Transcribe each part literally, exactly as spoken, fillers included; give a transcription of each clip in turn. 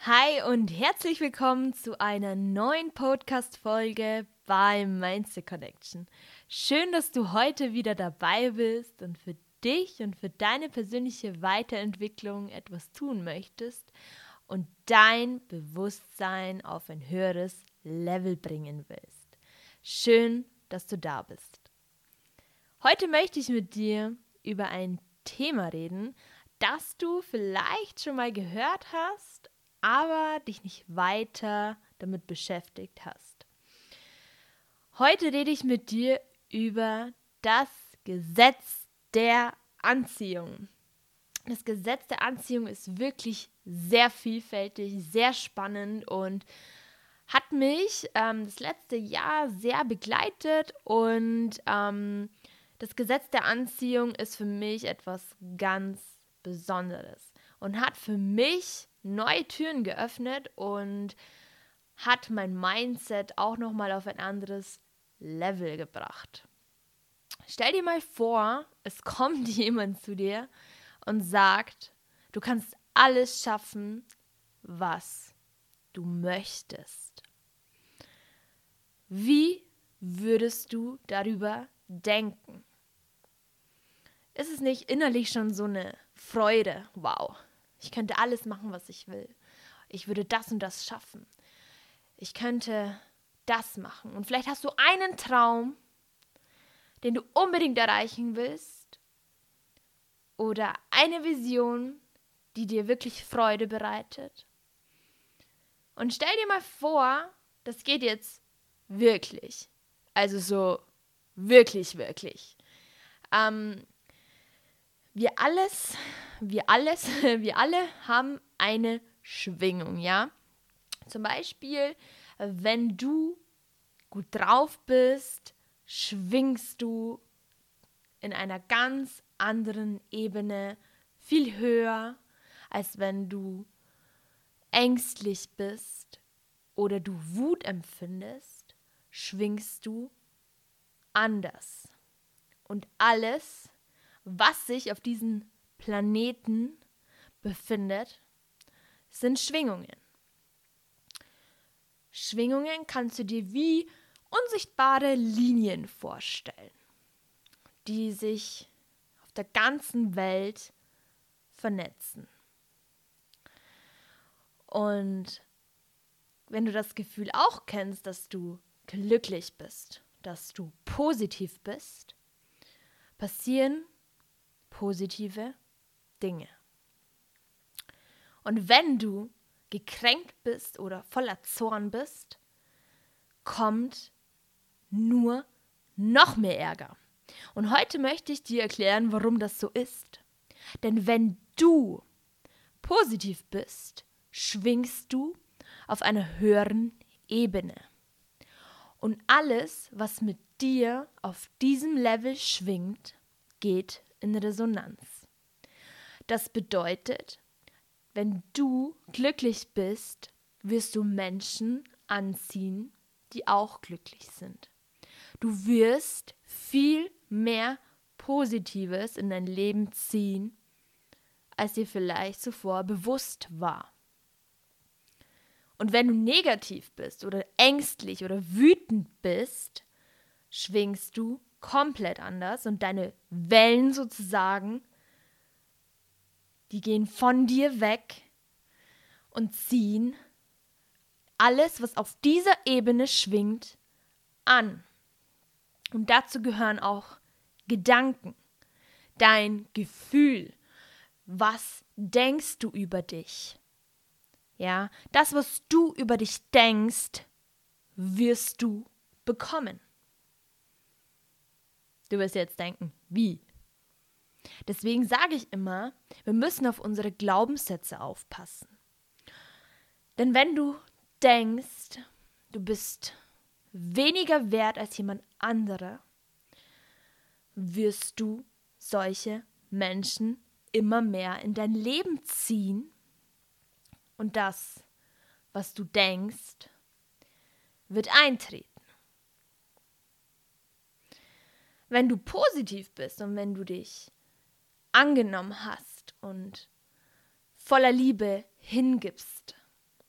Hi und herzlich willkommen zu einer neuen Podcast-Folge bei Mindset Connection. Schön, dass du heute wieder dabei bist und für dich und für deine persönliche Weiterentwicklung etwas tun möchtest und dein Bewusstsein auf ein höheres Level bringen willst. Schön, dass du da bist. Heute möchte ich mit dir über ein Thema reden, das du vielleicht schon mal gehört hast, aber dich nicht weiter damit beschäftigt hast. Heute rede ich mit dir über das Gesetz der Anziehung. Das Gesetz der Anziehung ist wirklich sehr vielfältig, sehr spannend und hat mich ähm, das letzte Jahr sehr begleitet und ähm, das Gesetz der Anziehung ist für mich etwas ganz Besonderes und hat für mich neue Türen geöffnet und hat mein Mindset auch nochmal auf ein anderes Level gebracht. Stell dir mal vor, es kommt jemand zu dir und sagt, du kannst alles schaffen, was du möchtest. Wie würdest du darüber denken? Ist es nicht innerlich schon so eine Freude? Wow, ich könnte alles machen, was ich will. Ich würde das und das schaffen. Ich könnte das machen. Und vielleicht hast du einen Traum, den du unbedingt erreichen willst. Oder eine Vision, die dir wirklich Freude bereitet. Und stell dir mal vor, das geht jetzt wirklich. Also so wirklich, wirklich. Ähm, wir alles, wir alles, wir alle haben eine Schwingung, ja? Zum Beispiel, wenn du gut drauf bist, schwingst du in einer ganz anderen Ebene, viel höher, als wenn du ängstlich bist oder du Wut empfindest, schwingst du anders. Und alles, was sich auf diesem Planeten befindet, sind Schwingungen. Schwingungen kannst du dir wie unsichtbare Linien vorstellen, die sich auf der ganzen Welt vernetzen. Und wenn du das Gefühl auch kennst, dass du glücklich bist, dass du positiv bist, passieren positive Dinge. Und wenn du gekränkt bist oder voller Zorn bist, kommt nur noch mehr Ärger. Und heute möchte ich dir erklären, warum das so ist. Denn wenn du positiv bist, schwingst du auf einer höheren Ebene. Und alles, was mit dir auf diesem Level schwingt, geht in Resonanz. Das bedeutet, wenn du glücklich bist, wirst du Menschen anziehen, die auch glücklich sind. Du wirst viel mehr Positives in dein Leben ziehen, als dir vielleicht zuvor bewusst war. Und wenn du negativ bist oder ängstlich oder wütend bist, schwingst du komplett anders und deine Wellen sozusagen, die gehen von dir weg und ziehen alles, was auf dieser Ebene schwingt, an. Und dazu gehören auch Gedanken, dein Gefühl. Was denkst du über dich? Ja, das, was du über dich denkst, wirst du bekommen. Du wirst jetzt denken, wie? Deswegen sage ich immer, wir müssen auf unsere Glaubenssätze aufpassen. Denn wenn du denkst, du bist weniger wert als jemand anderer, wirst du solche Menschen immer mehr in dein Leben ziehen. Und das, was du denkst, wird eintreten. Wenn du positiv bist und wenn du dich angenommen hast und voller Liebe hingibst,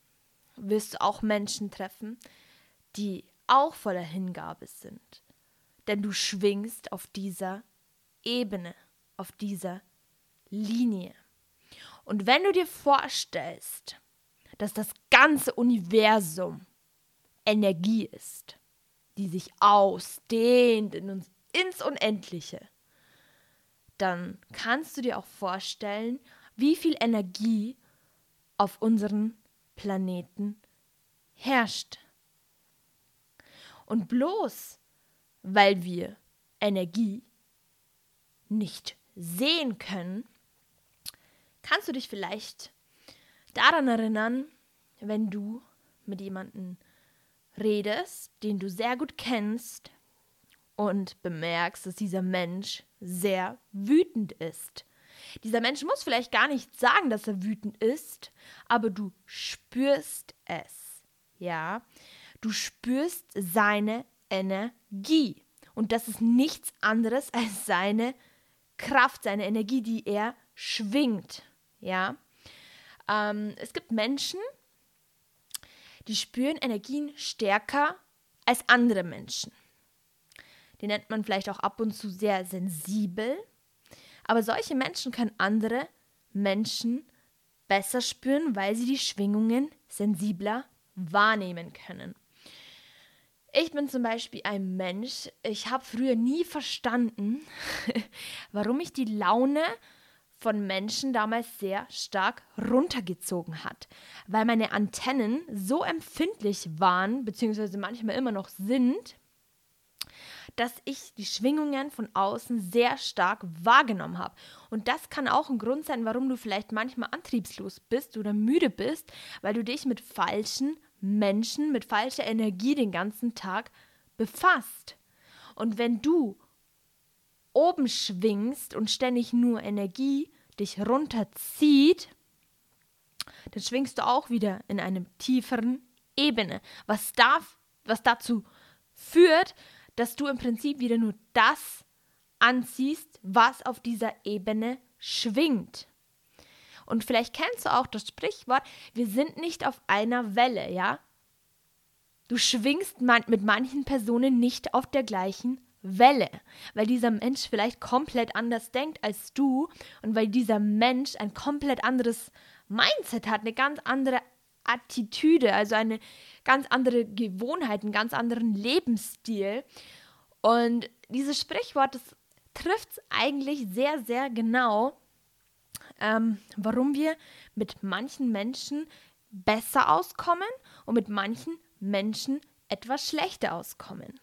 wirst du auch Menschen treffen, die auch voller Hingabe sind. Denn du schwingst auf dieser Ebene, auf dieser Linie. Und wenn du dir vorstellst, dass das ganze Universum Energie ist, die sich ausdehnt in uns, ins Unendliche, dann kannst du dir auch vorstellen, wie viel Energie auf unserem Planeten herrscht. Und bloß weil wir Energie nicht sehen können, kannst du dich vielleicht daran erinnern, wenn du mit jemandem redest, den du sehr gut kennst und bemerkst, dass dieser Mensch sehr wütend ist. Dieser Mensch muss vielleicht gar nicht sagen, dass er wütend ist, aber du spürst es, ja? Du spürst seine Energie. Und das ist nichts anderes als seine Kraft, seine Energie, die er schwingt, ja? Ähm, es gibt Menschen, die spüren Energien stärker als andere Menschen. Die nennt man vielleicht auch ab und zu sehr sensibel. Aber solche Menschen können andere Menschen besser spüren, weil sie die Schwingungen sensibler wahrnehmen können. Ich bin zum Beispiel ein Mensch, ich habe früher nie verstanden, warum ich die Laune von Menschen damals sehr stark runtergezogen hat, weil meine Antennen so empfindlich waren, beziehungsweise manchmal immer noch sind, dass ich die Schwingungen von außen sehr stark wahrgenommen habe. Und das kann auch ein Grund sein, warum du vielleicht manchmal antriebslos bist oder müde bist, weil du dich mit falschen Menschen, mit falscher Energie den ganzen Tag befasst. Und wenn du oben schwingst und ständig nur Energie dich runterzieht, dann schwingst du auch wieder in einer tieferen Ebene, was, darf, was dazu führt, dass du im Prinzip wieder nur das anziehst, was auf dieser Ebene schwingt. Und vielleicht kennst du auch das Sprichwort, wir sind nicht auf einer Welle, ja? Du schwingst man- mit manchen Personen nicht auf der gleichen Welle, weil dieser Mensch vielleicht komplett anders denkt als du und weil dieser Mensch ein komplett anderes Mindset hat, eine ganz andere Attitüde, also eine ganz andere Gewohnheit, einen ganz anderen Lebensstil. Und dieses Sprichwort, das trifft es eigentlich sehr, sehr genau, ähm, warum wir mit manchen Menschen besser auskommen und mit manchen Menschen etwas schlechter auskommen.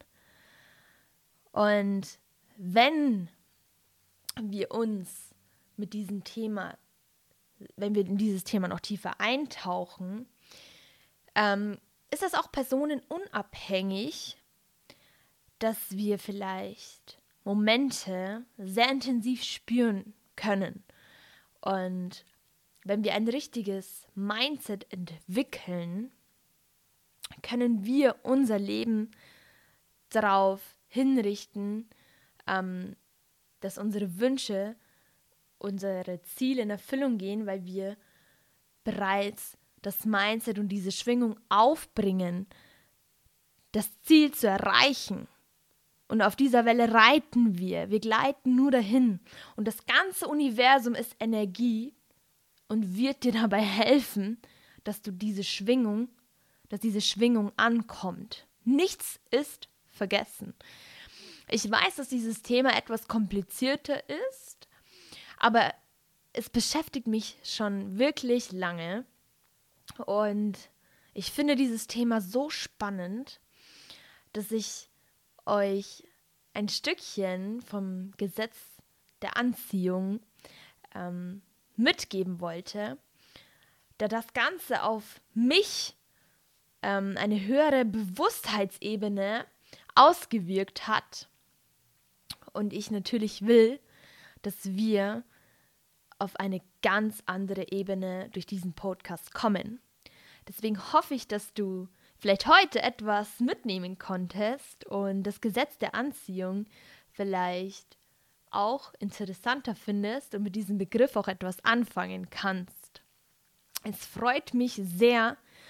Und wenn wir uns mit diesem Thema, wenn wir in dieses Thema noch tiefer eintauchen, ähm, ist das auch personenunabhängig, dass wir vielleicht Momente sehr intensiv spüren können. Und wenn wir ein richtiges Mindset entwickeln, können wir unser Leben darauf hinrichten, ähm, dass unsere Wünsche, unsere Ziele in Erfüllung gehen, weil wir bereits das Mindset und diese Schwingung aufbringen, das Ziel zu erreichen. Und auf dieser Welle reiten wir, wir gleiten nur dahin. Und das ganze Universum ist Energie und wird dir dabei helfen, dass du diese Schwingung, dass diese Schwingung ankommt. Nichts ist vergessen. Ich weiß, dass dieses Thema etwas komplizierter ist, aber es beschäftigt mich schon wirklich lange und ich finde dieses Thema so spannend, dass ich euch ein Stückchen vom Gesetz der Anziehung ähm, mitgeben wollte, da das Ganze auf mich ähm, eine höhere Bewusstheitsebene ausgewirkt hat und ich natürlich will, dass wir auf eine ganz andere Ebene durch diesen Podcast kommen. Deswegen hoffe ich, dass du vielleicht heute etwas mitnehmen konntest und das Gesetz der Anziehung vielleicht auch interessanter findest und mit diesem Begriff auch etwas anfangen kannst. Es freut mich sehr,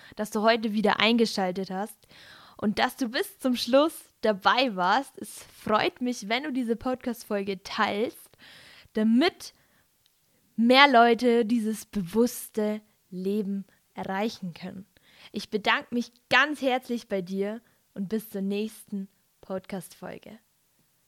dass du heute wieder eingeschaltet hast und dass du bis zum Schluss dabei warst. Es freut mich, wenn du diese Podcast-Folge teilst, damit mehr Leute dieses bewusste Leben erreichen können. Ich bedanke mich ganz herzlich bei dir und bis zur nächsten Podcast-Folge.